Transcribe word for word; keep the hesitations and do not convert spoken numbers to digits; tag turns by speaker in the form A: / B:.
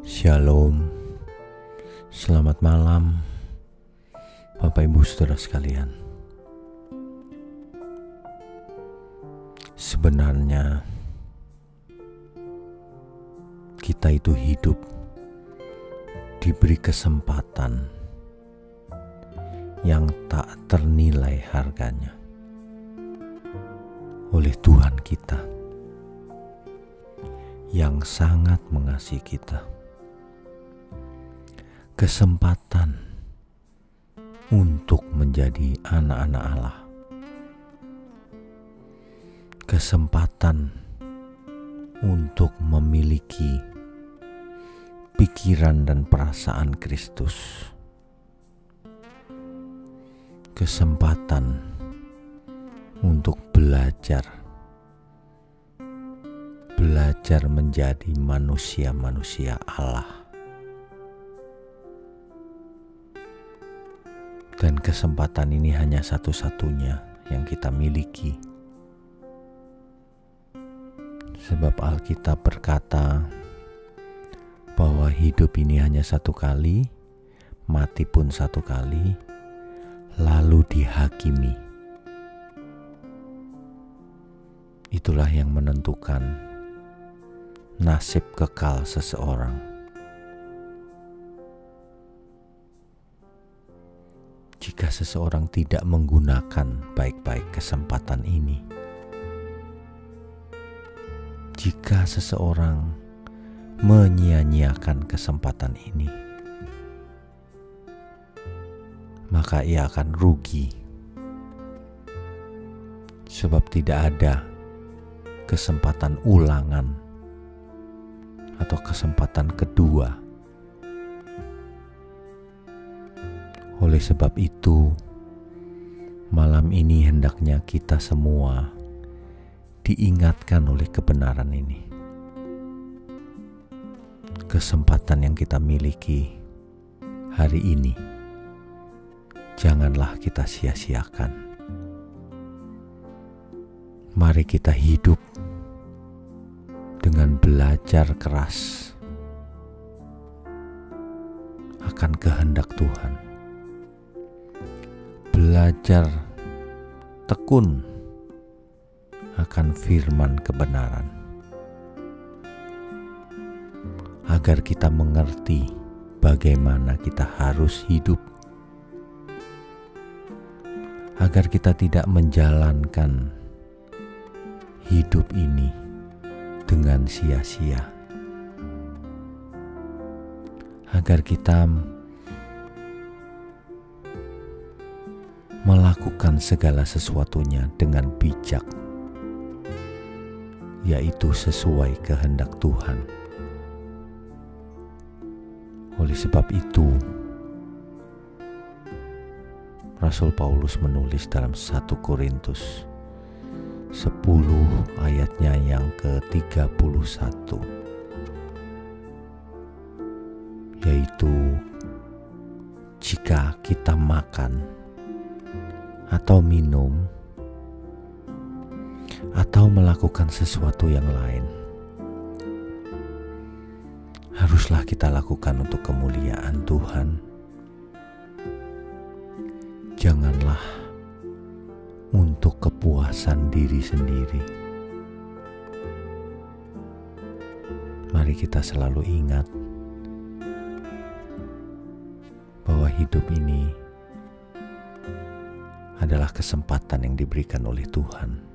A: Shalom, selamat malam Bapak Ibu Saudara sekalian. Sebenarnya kita itu hidup diberi kesempatan yang tak ternilai harganya oleh Tuhan kita yang sangat mengasihi kita. Kesempatan untuk menjadi anak-anak Allah, kesempatan untuk memiliki pikiran dan perasaan Kristus, kesempatan untuk belajar belajar menjadi manusia-manusia Allah. Dan kesempatan ini hanya satu-satunya yang kita miliki. Sebab Alkitab berkata bahwa hidup ini hanya satu kali, mati pun satu kali, lalu dihakimi. Itulah yang menentukan nasib kekal seseorang. Jika seseorang tidak menggunakan baik-baik kesempatan ini, jika seseorang menyia-nyiakan kesempatan ini, maka ia akan rugi. Sebab tidak ada kesempatan ulangan atau kesempatan kedua. Oleh sebab itu, malam ini hendaknya kita semua diingatkan oleh kebenaran ini. Kesempatan yang kita miliki hari ini, janganlah kita sia-siakan. Mari kita hidup dengan belajar keras akan kehendak Tuhan. Belajar tekun akan firman kebenaran, agar kita mengerti bagaimana kita harus hidup, agar kita tidak menjalankan hidup ini dengan sia-sia, agar kita melakukan segala sesuatunya dengan bijak, yaitu sesuai kehendak Tuhan. Oleh sebab itu, Rasul Paulus menulis dalam satu Korintus sepuluh ayatnya yang ke tiga puluh satu, yaitu jika kita makan atau minum atau melakukan sesuatu yang lain, haruslah kita lakukan untuk kemuliaan Tuhan. Janganlah untuk kepuasan diri sendiri. Mari kita selalu ingat bahwa hidup ini adalah kesempatan yang diberikan oleh Tuhan.